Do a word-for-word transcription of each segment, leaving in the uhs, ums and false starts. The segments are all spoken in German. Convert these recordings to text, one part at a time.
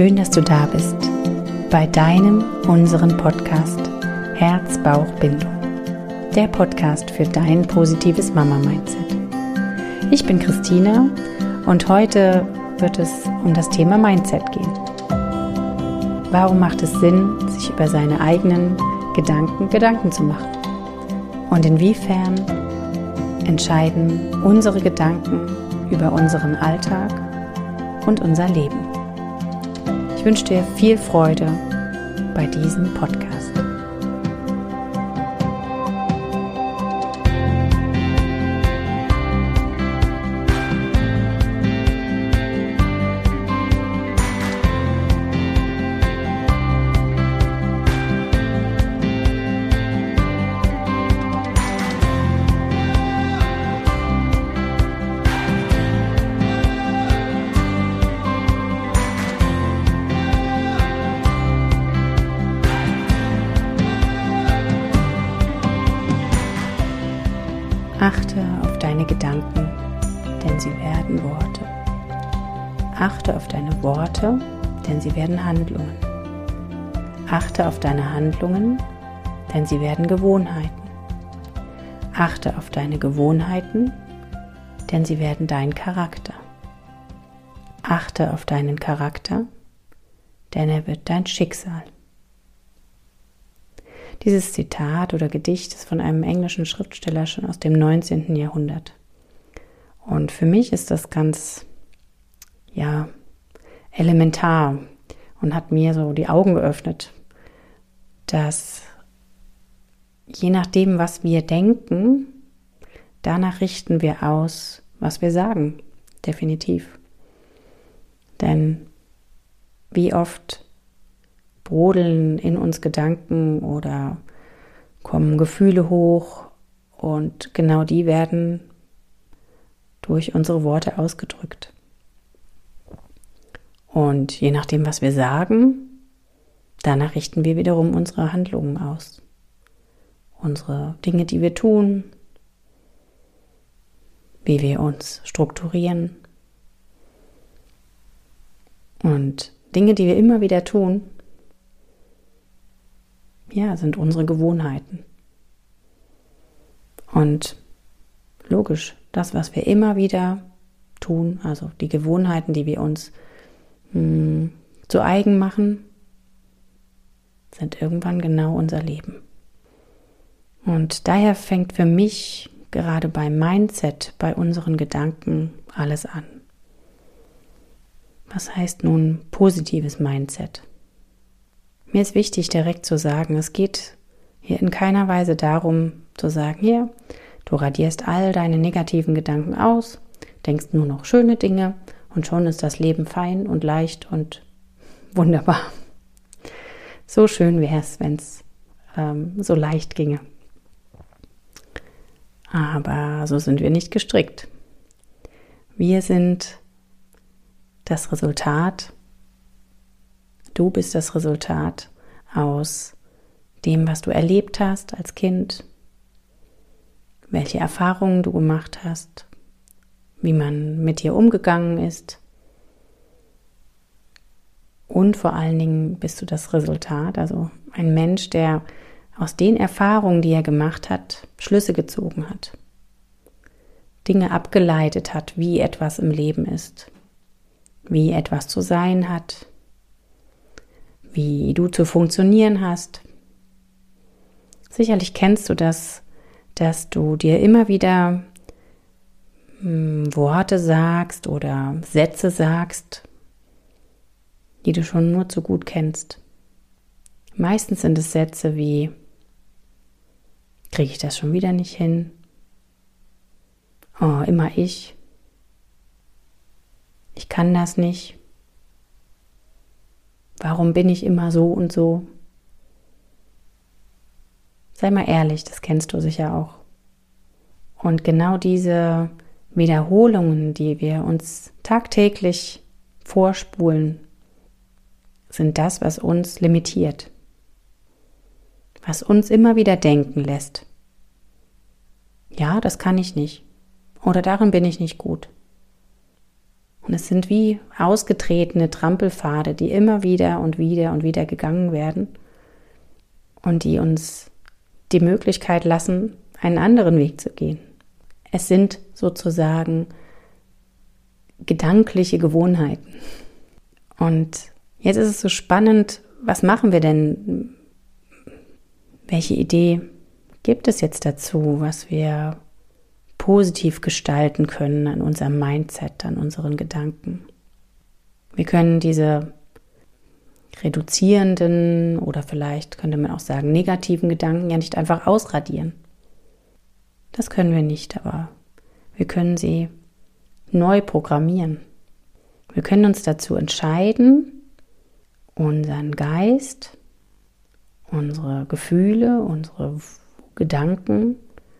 Schön, dass du da bist bei deinem, unseren Podcast Herz, Bauch, Bindung. Der Podcast für dein positives Mama-Mindset. Ich bin Christina und heute wird es um das Thema Mindset gehen. Warum macht es Sinn, sich über seine eigenen Gedanken Gedanken zu machen? Und inwiefern entscheiden unsere Gedanken über unseren Alltag und unser Leben? Ich wünsche dir viel Freude bei diesem Podcast. Achte auf deine Gedanken, denn sie werden Worte. Achte auf deine Worte, denn sie werden Handlungen. Achte auf deine Handlungen, denn sie werden Gewohnheiten. Achte auf deine Gewohnheiten, denn sie werden dein Charakter. Achte auf deinen Charakter, denn er wird dein Schicksal. Dieses Zitat oder Gedicht ist von einem englischen Schriftsteller schon aus dem neunzehnten Jahrhundert. Und für mich ist das ganz, ja, elementar und hat mir so die Augen geöffnet, dass je nachdem, was wir denken, danach richten wir aus, was wir sagen. Definitiv. Denn wie oft brodeln in uns Gedanken oder kommen Gefühle hoch und genau die werden durch unsere Worte ausgedrückt. Und je nachdem, was wir sagen, danach richten wir wiederum unsere Handlungen aus. Unsere Dinge, die wir tun, wie wir uns strukturieren. Und Dinge, die wir immer wieder tun, ja, sind unsere Gewohnheiten. Und logisch, das, was wir immer wieder tun, also die Gewohnheiten, die wir uns mh, zu eigen machen, sind irgendwann genau unser Leben. Und daher fängt für mich gerade beim Mindset, bei unseren Gedanken alles an. Was heißt nun positives Mindset? Mir ist wichtig, direkt zu sagen, es geht hier in keiner Weise darum, zu sagen, hier, du radierst all deine negativen Gedanken aus, denkst nur noch schöne Dinge und schon ist das Leben fein und leicht und wunderbar. So schön wäre es, wenn es ähm, so leicht ginge. Aber so sind wir nicht gestrickt. Wir sind das Resultat. Du bist das Resultat aus dem, was du erlebt hast als Kind, welche Erfahrungen du gemacht hast, wie man mit dir umgegangen ist. Und vor allen Dingen bist du das Resultat, also ein Mensch, der aus den Erfahrungen, die er gemacht hat, Schlüsse gezogen hat, Dinge abgeleitet hat, wie etwas im Leben ist, wie etwas zu sein hat, wie du zu funktionieren hast. Sicherlich kennst du das, dass du dir immer wieder hm, Worte sagst oder Sätze sagst, die du schon nur zu gut kennst. Meistens sind es Sätze wie: Kriege ich das schon wieder nicht hin? Oh, immer ich. Ich kann das nicht. Warum bin ich immer so und so? Sei mal ehrlich, das kennst du sicher auch. Und genau diese Wiederholungen, die wir uns tagtäglich vorspulen, sind das, was uns limitiert. Was uns immer wieder denken lässt. Ja, das kann ich nicht. Oder darin bin ich nicht gut. Und es sind wie ausgetretene Trampelpfade, die immer wieder und wieder und wieder gegangen werden und die uns die Möglichkeit lassen, einen anderen Weg zu gehen. Es sind sozusagen gedankliche Gewohnheiten. Und jetzt ist es so spannend, was machen wir denn? Welche Idee gibt es jetzt dazu, was wir positiv gestalten können an unserem Mindset, an unseren Gedanken? Wir können diese reduzierenden oder vielleicht könnte man auch sagen negativen Gedanken ja nicht einfach ausradieren. Das können wir nicht, aber wir können sie neu programmieren. Wir können uns dazu entscheiden, unseren Geist, unsere Gefühle, unsere Gedanken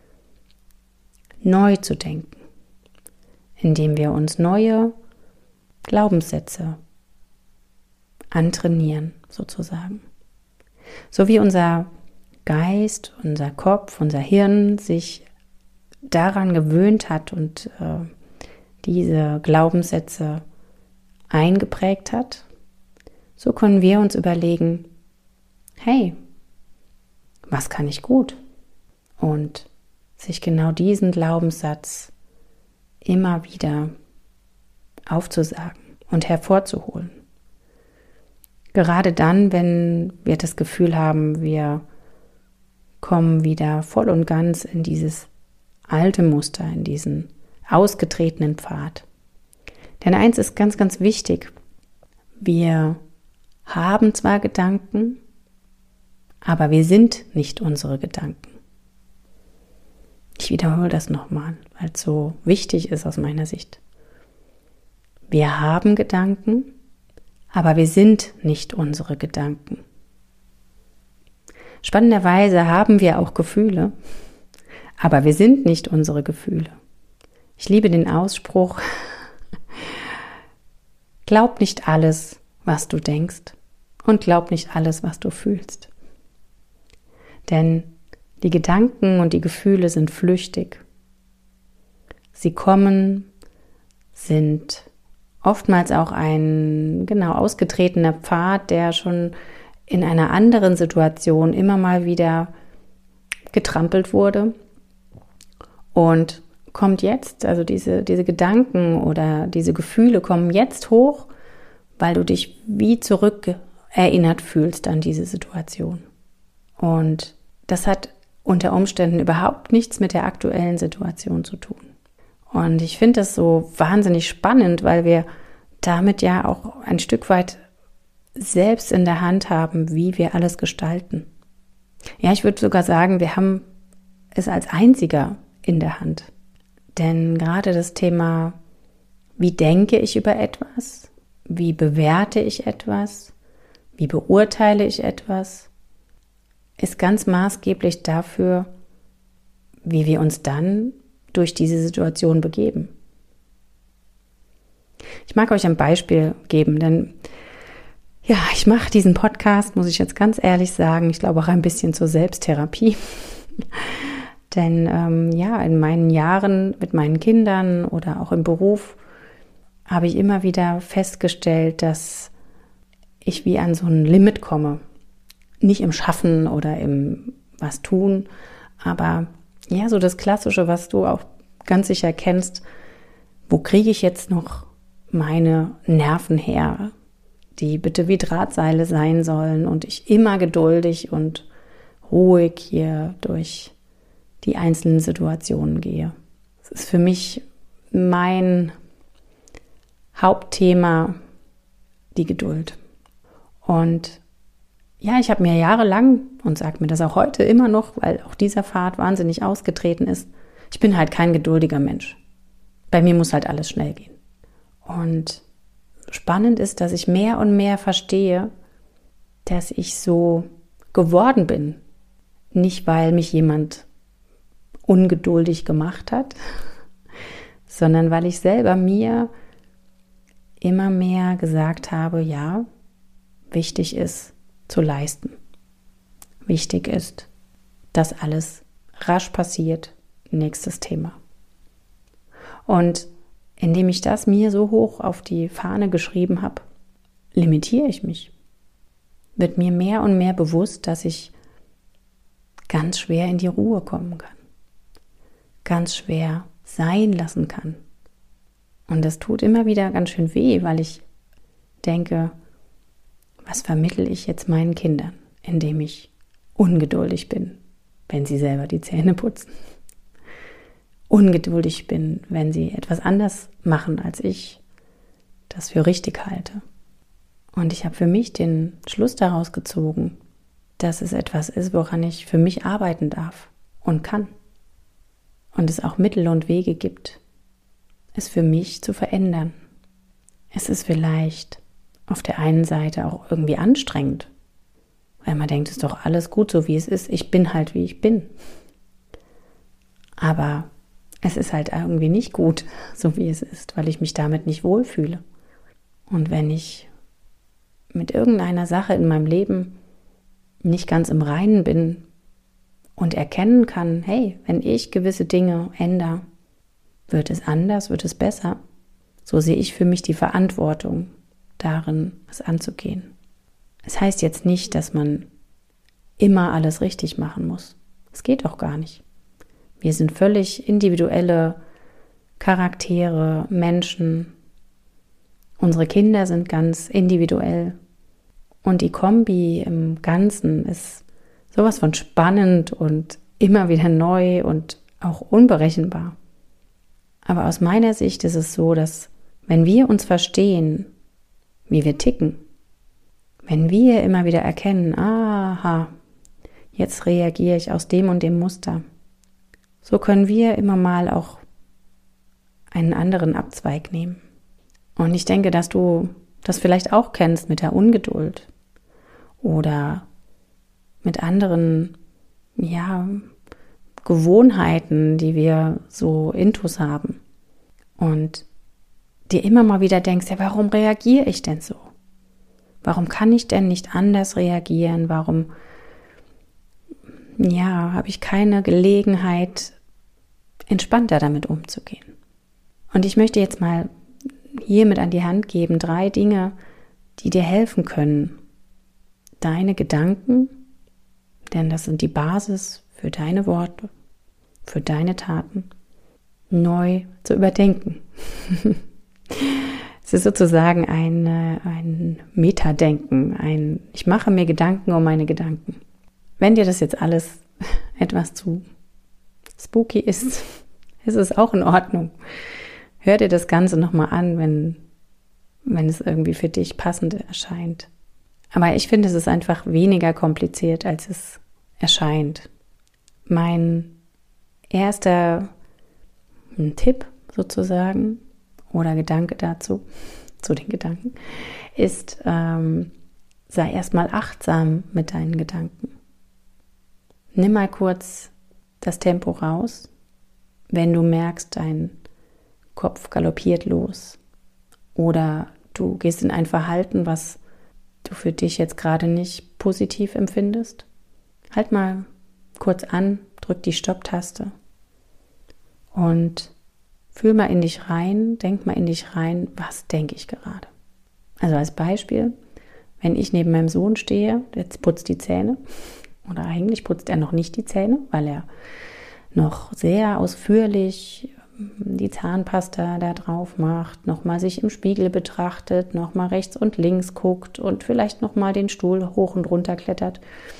neu zu denken, indem wir uns neue Glaubenssätze antrainieren, sozusagen. So wie unser Geist, unser Kopf, unser Hirn sich daran gewöhnt hat und äh, diese Glaubenssätze eingeprägt hat, so können wir uns überlegen, hey, was kann ich gut? Und sich genau diesen Glaubenssatz immer wieder aufzusagen und hervorzuholen. Gerade dann, wenn wir das Gefühl haben, wir kommen wieder voll und ganz in dieses alte Muster, in diesen ausgetretenen Pfad. Denn eins ist ganz, ganz wichtig. Wir haben zwar Gedanken, aber wir sind nicht unsere Gedanken. Ich wiederhole das nochmal, weil es so wichtig ist aus meiner Sicht. Wir haben Gedanken, aber wir sind nicht unsere Gedanken. Spannenderweise haben wir auch Gefühle, aber wir sind nicht unsere Gefühle. Ich liebe den Ausspruch, glaub nicht alles, was du denkst und glaub nicht alles, was du fühlst. Denn die Gedanken und die Gefühle sind flüchtig. Sie kommen, sind oftmals auch ein genau ausgetretener Pfad, der schon in einer anderen Situation immer mal wieder getrampelt wurde und kommt jetzt, also diese, diese Gedanken oder diese Gefühle kommen jetzt hoch, weil du dich wie zurück erinnert fühlst an diese Situation. Und das hat unter Umständen überhaupt nichts mit der aktuellen Situation zu tun. Und ich finde das so wahnsinnig spannend, weil wir damit ja auch ein Stück weit selbst in der Hand haben, wie wir alles gestalten. Ja, ich würde sogar sagen, wir haben es als einziger in der Hand. Denn gerade das Thema, wie denke ich über etwas, wie bewerte ich etwas, wie beurteile ich etwas, ist ganz maßgeblich dafür, wie wir uns dann durch diese Situation begeben. Ich mag euch ein Beispiel geben, denn ja, ich mache diesen Podcast, muss ich jetzt ganz ehrlich sagen, ich glaube auch ein bisschen zur Selbsttherapie. Denn ähm, ja, in meinen Jahren mit meinen Kindern oder auch im Beruf habe ich immer wieder festgestellt, dass ich wie an so ein Limit komme. Nicht im Schaffen oder im was tun, aber ja, so das Klassische, was du auch ganz sicher kennst, wo kriege ich jetzt noch meine Nerven her, die bitte wie Drahtseile sein sollen und ich immer geduldig und ruhig hier durch die einzelnen Situationen gehe. Das ist für mich mein Hauptthema, die Geduld. Und ja, ich habe mir jahrelang und sage mir das auch heute immer noch, weil auch dieser Pfad wahnsinnig ausgetreten ist, ich bin halt kein geduldiger Mensch. Bei mir muss halt alles schnell gehen. Und spannend ist, dass ich mehr und mehr verstehe, dass ich so geworden bin. Nicht, weil mich jemand ungeduldig gemacht hat, sondern weil ich selber mir immer mehr gesagt habe, ja, wichtig ist zu leisten. Wichtig ist, dass alles rasch passiert. Nächstes Thema. Und indem ich das mir so hoch auf die Fahne geschrieben habe, limitiere ich mich. Wird mir mehr und mehr bewusst, dass ich ganz schwer in die Ruhe kommen kann, ganz schwer sein lassen kann. Und das tut immer wieder ganz schön weh, weil ich denke, was vermittle ich jetzt meinen Kindern, indem ich ungeduldig bin, wenn sie selber die Zähne putzen. Ungeduldig bin, wenn sie etwas anders machen, als ich das für richtig halte. Und ich habe für mich den Schluss daraus gezogen, dass es etwas ist, woran ich für mich arbeiten darf und kann. Und es auch Mittel und Wege gibt, es für mich zu verändern. Es ist vielleicht auf der einen Seite auch irgendwie anstrengend, weil man denkt, es ist doch alles gut, so wie es ist. Ich bin halt, wie ich bin. Aber es ist halt irgendwie nicht gut, so wie es ist, weil ich mich damit nicht wohlfühle. Und wenn ich mit irgendeiner Sache in meinem Leben nicht ganz im Reinen bin und erkennen kann, hey, wenn ich gewisse Dinge ändere, wird es anders, wird es besser. So sehe ich für mich die Verantwortung darin, es anzugehen. Es heißt jetzt nicht, dass man immer alles richtig machen muss. Es geht auch gar nicht. Wir sind völlig individuelle Charaktere, Menschen. Unsere Kinder sind ganz individuell. Und die Kombi im Ganzen ist sowas von spannend und immer wieder neu und auch unberechenbar. Aber aus meiner Sicht ist es so, dass wenn wir uns verstehen, wie wir ticken, wenn wir immer wieder erkennen, aha, jetzt reagiere ich aus dem und dem Muster, so können wir immer mal auch einen anderen Abzweig nehmen. Und ich denke, dass du das vielleicht auch kennst mit der Ungeduld oder mit anderen, ja, Gewohnheiten, die wir so intus haben. Und dir immer mal wieder denkst, ja, warum reagiere ich denn so? Warum kann ich denn nicht anders reagieren? Warum, ja, habe ich keine Gelegenheit, entspannter damit umzugehen? Und ich möchte jetzt mal hiermit an die Hand geben, drei Dinge, die dir helfen können, deine Gedanken, denn das sind die Basis für deine Worte, für deine Taten, neu zu überdenken. Es ist sozusagen ein, ein Metadenken, ein ich mache mir Gedanken um meine Gedanken. Wenn dir das jetzt alles etwas zu spooky ist, ist es auch in Ordnung. Hör dir das Ganze nochmal an, wenn, wenn es irgendwie für dich passend erscheint. Aber ich finde, es ist einfach weniger kompliziert, als es erscheint. Mein erster Tipp sozusagen oder Gedanke dazu, zu den Gedanken, ist, ähm, sei erstmal achtsam mit deinen Gedanken. Nimm mal kurz das Tempo raus, wenn du merkst, dein Kopf galoppiert los oder du gehst in ein Verhalten, was du für dich jetzt gerade nicht positiv empfindest. Halt mal kurz an, drück die Stopptaste und fühl mal in dich rein, denk mal in dich rein, was denke ich gerade. Also als Beispiel, wenn ich neben meinem Sohn stehe, jetzt putzt die Zähne, oder eigentlich putzt er noch nicht die Zähne, weil er noch sehr ausführlich die Zahnpasta da drauf macht, nochmal sich im Spiegel betrachtet, nochmal rechts und links guckt und vielleicht nochmal den Stuhl hoch und runter klettert,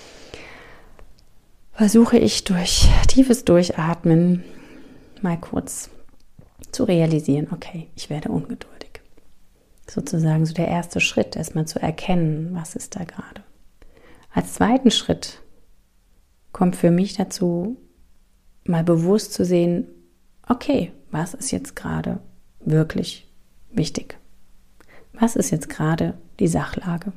versuche ich durch tiefes Durchatmen mal kurz zu realisieren, okay, ich werde ungeduldig. Sozusagen so der erste Schritt, erstmal zu erkennen, was ist da gerade. Als zweiten Schritt kommt für mich dazu, mal bewusst zu sehen, okay, was ist jetzt gerade wirklich wichtig? Was ist jetzt gerade die Sachlage?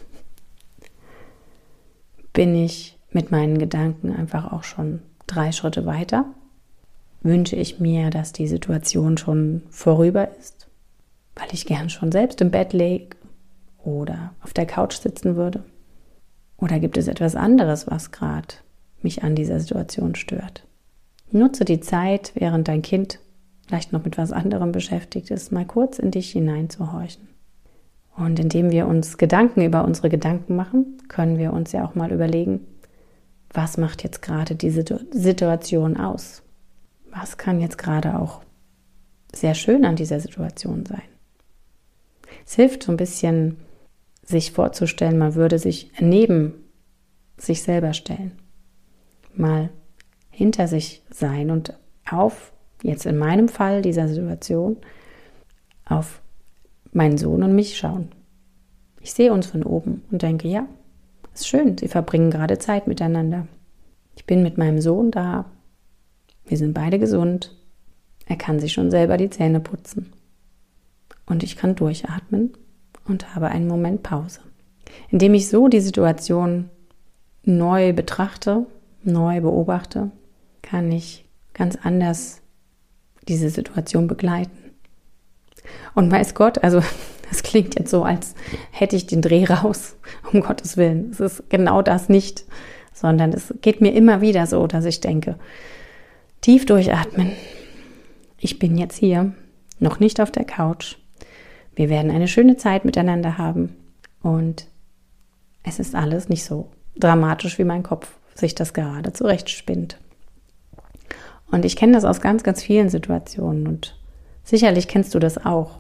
Bin ich mit meinen Gedanken einfach auch schon drei Schritte weiter? Wünsche ich mir, dass die Situation schon vorüber ist, weil ich gern schon selbst im Bett lege oder auf der Couch sitzen würde? Oder gibt es etwas anderes, was gerade mich an dieser Situation stört? Nutze die Zeit, während dein Kind vielleicht noch mit was anderem beschäftigt ist, mal kurz in dich hineinzuhorchen. Und indem wir uns Gedanken über unsere Gedanken machen, können wir uns ja auch mal überlegen, was macht jetzt gerade diese Situation aus? Was kann jetzt gerade auch sehr schön an dieser Situation sein? Es hilft so ein bisschen, sich vorzustellen, man würde sich neben sich selber stellen, mal hinter sich sein und auf, jetzt in meinem Fall dieser Situation, auf meinen Sohn und mich schauen. Ich sehe uns von oben und denke, ja, ist schön, sie verbringen gerade Zeit miteinander. Ich bin mit meinem Sohn da, wir sind beide gesund, er kann sich schon selber die Zähne putzen und ich kann durchatmen und habe einen Moment Pause. Indem ich so die Situation neu betrachte, neu beobachte, kann ich ganz anders diese Situation begleiten. Und weiß Gott, also das klingt jetzt so, als hätte ich den Dreh raus, um Gottes Willen. Es ist genau das nicht, sondern es geht mir immer wieder so, dass ich denke, tief durchatmen. Ich bin jetzt hier, noch nicht auf der Couch. Wir werden eine schöne Zeit miteinander haben und es ist alles nicht so dramatisch, wie mein Kopf sich das gerade zurechtspinnt. Und ich kenne das aus ganz, ganz vielen Situationen und sicherlich kennst du das auch.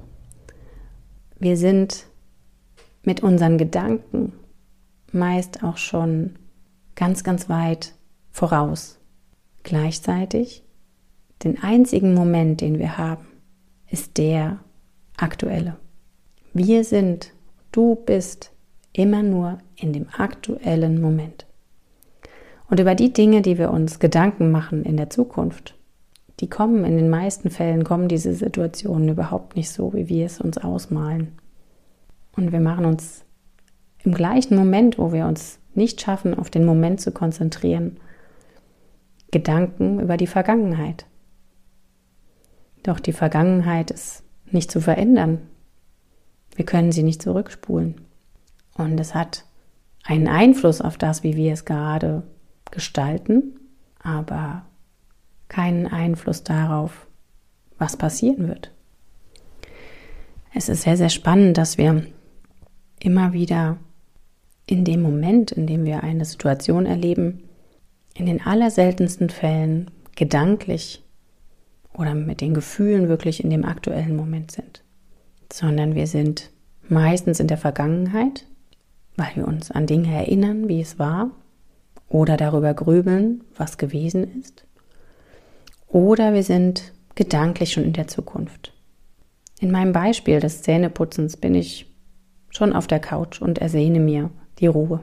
Wir sind mit unseren Gedanken meist auch schon ganz, ganz weit voraus. Gleichzeitig, den einzigen Moment, den wir haben, ist der aktuelle. Wir sind, du bist immer nur in dem aktuellen Moment. Und über die Dinge, die wir uns Gedanken machen in der Zukunft, die kommen in den meisten Fällen, kommen diese Situationen überhaupt nicht so, wie wir es uns ausmalen. Und wir machen uns im gleichen Moment, wo wir uns nicht schaffen, auf den Moment zu konzentrieren, Gedanken über die Vergangenheit. Doch die Vergangenheit ist nicht zu verändern. Wir können sie nicht zurückspulen. Und es hat einen Einfluss auf das, wie wir es gerade gestalten, aber keinen Einfluss darauf, was passieren wird. Es ist sehr, sehr spannend, dass wir immer wieder in dem Moment, in dem wir eine Situation erleben, in den allerseltensten Fällen gedanklich oder mit den Gefühlen wirklich in dem aktuellen Moment sind, sondern wir sind meistens in der Vergangenheit, weil wir uns an Dinge erinnern, wie es war, oder darüber grübeln, was gewesen ist. Oder wir sind gedanklich schon in der Zukunft. In meinem Beispiel des Zähneputzens bin ich schon auf der Couch und ersehne mir die Ruhe.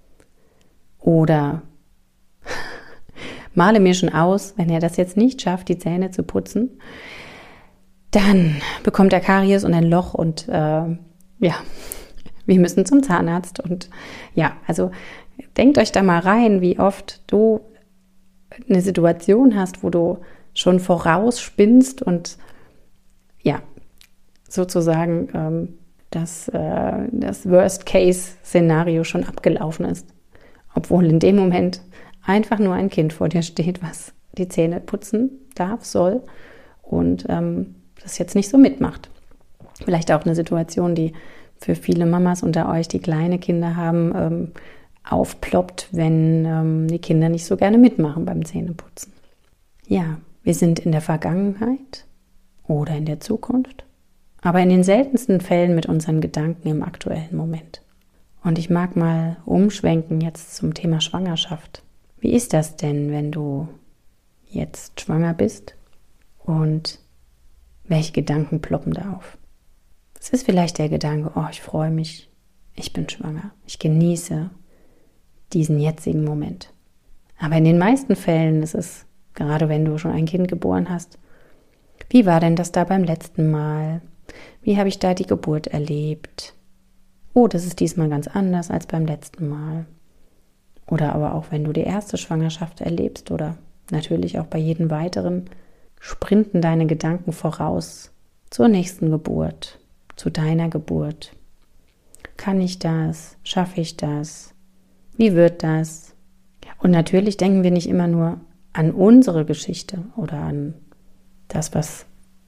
Oder male mir schon aus, wenn er das jetzt nicht schafft, die Zähne zu putzen, dann bekommt er Karies und ein Loch und äh, ja, wir müssen zum Zahnarzt. Und ja, also denkt euch da mal rein, wie oft du eine Situation hast, wo du schon vorausspinnst und ja, sozusagen ähm, dass äh, das Worst-Case-Szenario schon abgelaufen ist. Obwohl in dem Moment einfach nur ein Kind vor dir steht, was die Zähne putzen darf, soll und ähm, das jetzt nicht so mitmacht. Vielleicht auch eine Situation, die für viele Mamas unter euch, die kleine Kinder haben, ähm, aufploppt, wenn ähm, die Kinder nicht so gerne mitmachen beim Zähneputzen. Ja, wir sind in der Vergangenheit oder in der Zukunft, aber in den seltensten Fällen mit unseren Gedanken im aktuellen Moment. Und ich mag mal umschwenken jetzt zum Thema Schwangerschaft. Wie ist das denn, wenn du jetzt schwanger bist und welche Gedanken ploppen da auf? Es ist vielleicht der Gedanke, oh, ich freue mich, ich bin schwanger, ich genieße diesen jetzigen Moment. Aber in den meisten Fällen ist es, gerade wenn du schon ein Kind geboren hast, wie war denn das da beim letzten Mal? Wie habe ich da die Geburt erlebt? Oh, das ist diesmal ganz anders als beim letzten Mal. Oder aber auch, wenn du die erste Schwangerschaft erlebst oder natürlich auch bei jedem weiteren, sprinten deine Gedanken voraus zur nächsten Geburt, zu deiner Geburt. Kann ich das? Schaffe ich das? Wie wird das? Und natürlich denken wir nicht immer nur an unsere Geschichte oder an das, was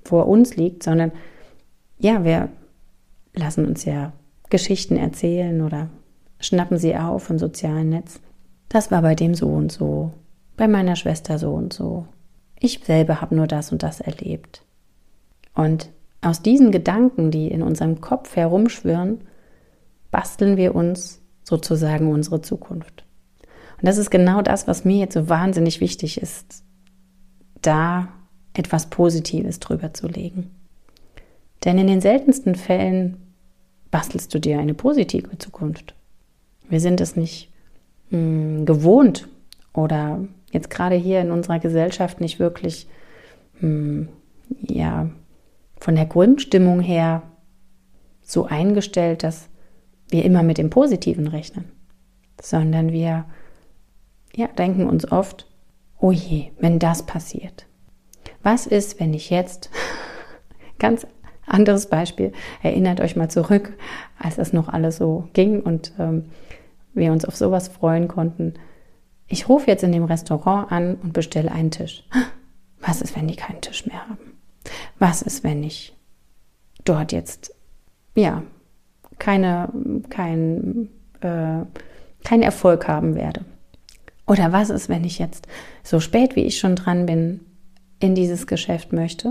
vor uns liegt, sondern ja, wir lassen uns ja Geschichten erzählen oder schnappen sie auf im sozialen Netz. Das war bei dem so und so, bei meiner Schwester so und so. Ich selber habe nur das und das erlebt. Und aus diesen Gedanken, die in unserem Kopf herumschwirren, basteln wir uns sozusagen unsere Zukunft. Und das ist genau das, was mir jetzt so wahnsinnig wichtig ist, da etwas Positives drüber zu legen. Denn in den seltensten Fällen bastelst du dir eine positive Zukunft. Wir sind es nicht mh, gewohnt oder jetzt gerade hier in unserer Gesellschaft nicht wirklich mh, ja, von der Grundstimmung her so eingestellt, dass wir immer mit dem Positiven rechnen, sondern wir ja, denken uns oft, oh je, wenn das passiert. Was ist, wenn ich jetzt, ganz anderes Beispiel, erinnert euch mal zurück, als das noch alles so ging und ähm, wir uns auf sowas freuen konnten. Ich rufe jetzt in dem Restaurant an und bestelle einen Tisch. Was ist, wenn die keinen Tisch mehr haben? Was ist, wenn ich dort jetzt, ja, keine, kein, äh, keinen Erfolg haben werde? Oder was ist, wenn ich jetzt so spät, wie ich schon dran bin, in dieses Geschäft möchte?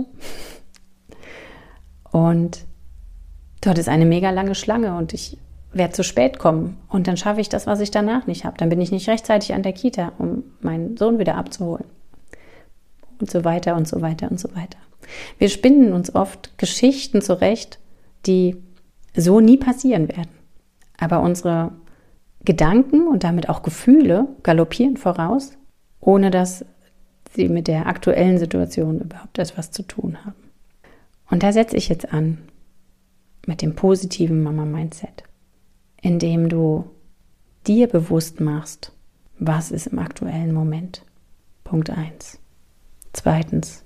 Und dort ist eine mega lange Schlange und ich werde zu spät kommen. Und dann schaffe ich das, was ich danach nicht habe. Dann bin ich nicht rechtzeitig an der Kita, um meinen Sohn wieder abzuholen. Und so weiter und so weiter und so weiter. Wir spinnen uns oft Geschichten zurecht, die so nie passieren werden. Aber unsere Gedanken und damit auch Gefühle galoppieren voraus, ohne dass sie mit der aktuellen Situation überhaupt etwas zu tun haben. Und da setze ich jetzt an mit dem positiven Mama-Mindset, indem du dir bewusst machst, was ist im aktuellen Moment. Punkt eins. Zweitens,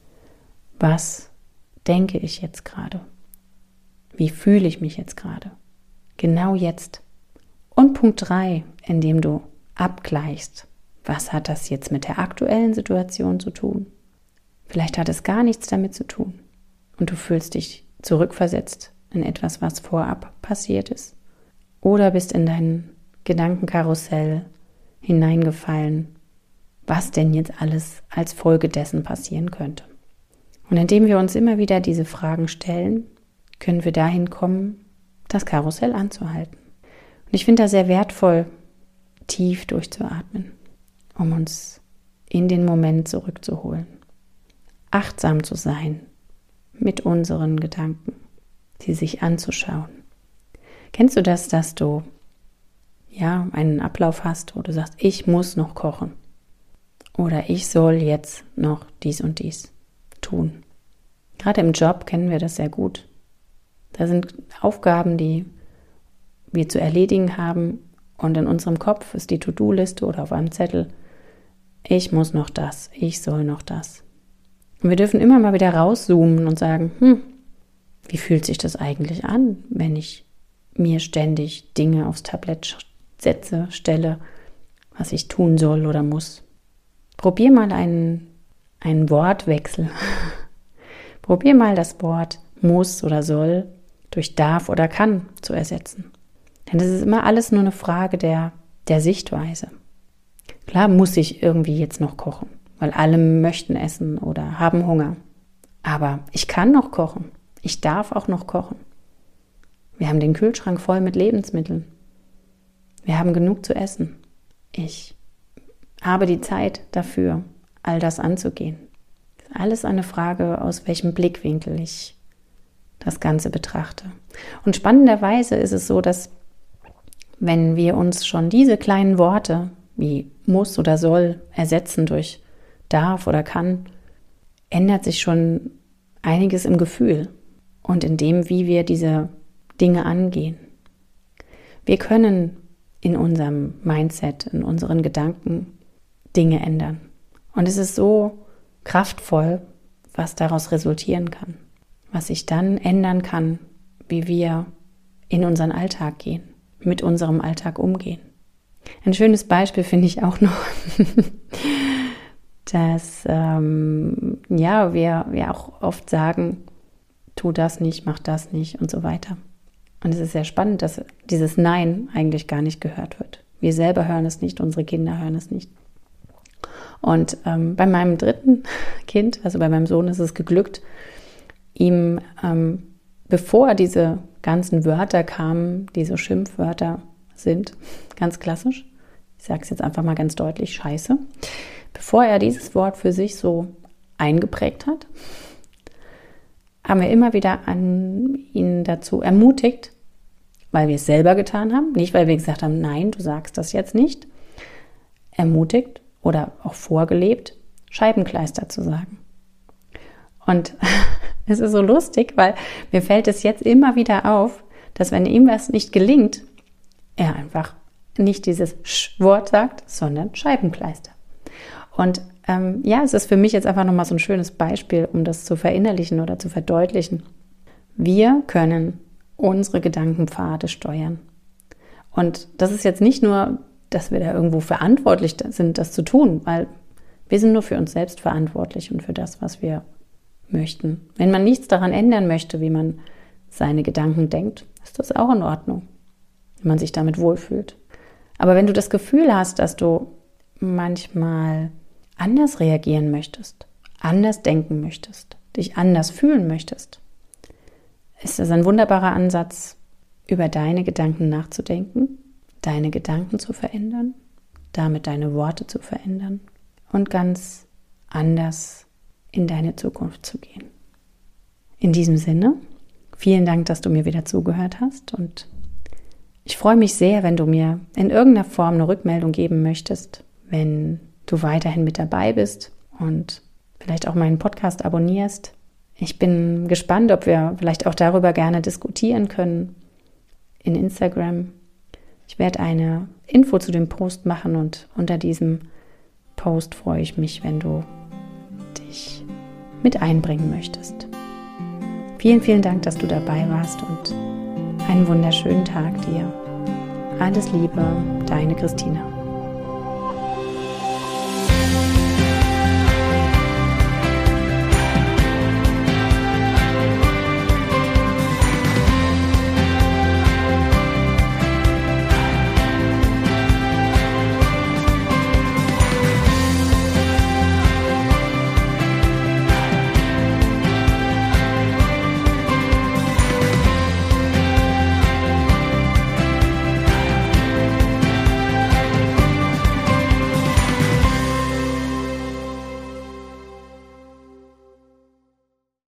was denke ich jetzt gerade? Wie fühle ich mich jetzt gerade? Genau jetzt. Und Punkt drei, indem du abgleichst, was hat das jetzt mit der aktuellen Situation zu tun? Vielleicht hat es gar nichts damit zu tun und du fühlst dich zurückversetzt in etwas, was vorab passiert ist. Oder bist in dein Gedankenkarussell hineingefallen, was denn jetzt alles als Folge dessen passieren könnte. Und indem wir uns immer wieder diese Fragen stellen, können wir dahin kommen, das Karussell anzuhalten. Und ich finde das sehr wertvoll, tief durchzuatmen, um uns in den Moment zurückzuholen. Achtsam zu sein mit unseren Gedanken, sie sich anzuschauen. Kennst du das, dass du ja einen Ablauf hast, wo du sagst, ich muss noch kochen oder ich soll jetzt noch dies und dies tun? Gerade im Job kennen wir das sehr gut. Da sind Aufgaben, die wir zu erledigen haben und in unserem Kopf ist die To-Do-Liste oder auf einem Zettel, ich muss noch das, ich soll noch das. Und wir dürfen immer mal wieder rauszoomen und sagen, hm, wie fühlt sich das eigentlich an, wenn ich mir ständig Dinge aufs Tablett setze, stelle, was ich tun soll oder muss. Probier mal einen, einen Wortwechsel. Probier mal das Wort muss oder soll durch darf oder kann zu ersetzen. Denn das ist immer alles nur eine Frage der, der Sichtweise. Klar muss ich irgendwie jetzt noch kochen, weil alle möchten essen oder haben Hunger. Aber ich kann noch kochen. Ich darf auch noch kochen. Wir haben den Kühlschrank voll mit Lebensmitteln. Wir haben genug zu essen. Ich habe die Zeit dafür, all das anzugehen. Das ist alles eine Frage, aus welchem Blickwinkel ich das Ganze betrachte. Und spannenderweise ist es so, dass wenn wir uns schon diese kleinen Worte wie muss oder soll ersetzen durch darf oder kann, ändert sich schon einiges im Gefühl und in dem, wie wir diese Dinge angehen. Wir können in unserem Mindset, in unseren Gedanken Dinge ändern. Und es ist so kraftvoll, was daraus resultieren kann, was sich dann ändern kann, wie wir in unseren Alltag gehen, mit unserem Alltag umgehen. Ein schönes Beispiel finde ich auch noch. dass ähm, ja, wir, wir auch oft sagen, tu das nicht, mach das nicht und so weiter. Und es ist sehr spannend, dass dieses Nein eigentlich gar nicht gehört wird. Wir selber hören es nicht, unsere Kinder hören es nicht. Und ähm, bei meinem dritten Kind, also bei meinem Sohn, ist es geglückt, ihm, ähm, bevor diese ganzen Wörter kamen, die so Schimpfwörter sind, ganz klassisch, ich sage es jetzt einfach mal ganz deutlich, Scheiße, bevor er dieses Wort für sich so eingeprägt hat, haben wir immer wieder an ihn dazu ermutigt, weil wir es selber getan haben, nicht weil wir gesagt haben, nein, du sagst das jetzt nicht, ermutigt oder auch vorgelebt, Scheibenkleister zu sagen. Und es ist so lustig, weil mir fällt es jetzt immer wieder auf, dass wenn ihm was nicht gelingt, er einfach nicht dieses Sch-Wort sagt, sondern Scheibenkleister. Und ähm, ja, es ist für mich jetzt einfach nochmal so ein schönes Beispiel, um das zu verinnerlichen oder zu verdeutlichen. Wir können unsere Gedankenpfade steuern. Und das ist jetzt nicht nur, dass wir da irgendwo verantwortlich sind, das zu tun, weil wir sind nur für uns selbst verantwortlich und für das, was wir möchten. Wenn man nichts daran ändern möchte, wie man seine Gedanken denkt, ist das auch in Ordnung, wenn man sich damit wohlfühlt. Aber wenn du das Gefühl hast, dass du manchmal anders reagieren möchtest, anders denken möchtest, dich anders fühlen möchtest, ist das ein wunderbarer Ansatz, über deine Gedanken nachzudenken, deine Gedanken zu verändern, damit deine Worte zu verändern und ganz anders in deine Zukunft zu gehen. In diesem Sinne, vielen Dank, dass du mir wieder zugehört hast und ich freue mich sehr, wenn du mir in irgendeiner Form eine Rückmeldung geben möchtest, wenn du weiterhin mit dabei bist und vielleicht auch meinen Podcast abonnierst. Ich bin gespannt, ob wir vielleicht auch darüber gerne diskutieren können in Instagram. Ich werde eine Info zu dem Post machen und unter diesem Post freue ich mich, wenn du dich mit einbringen möchtest. Vielen, vielen Dank, dass du dabei warst und einen wunderschönen Tag dir. Alles Liebe, deine Christina.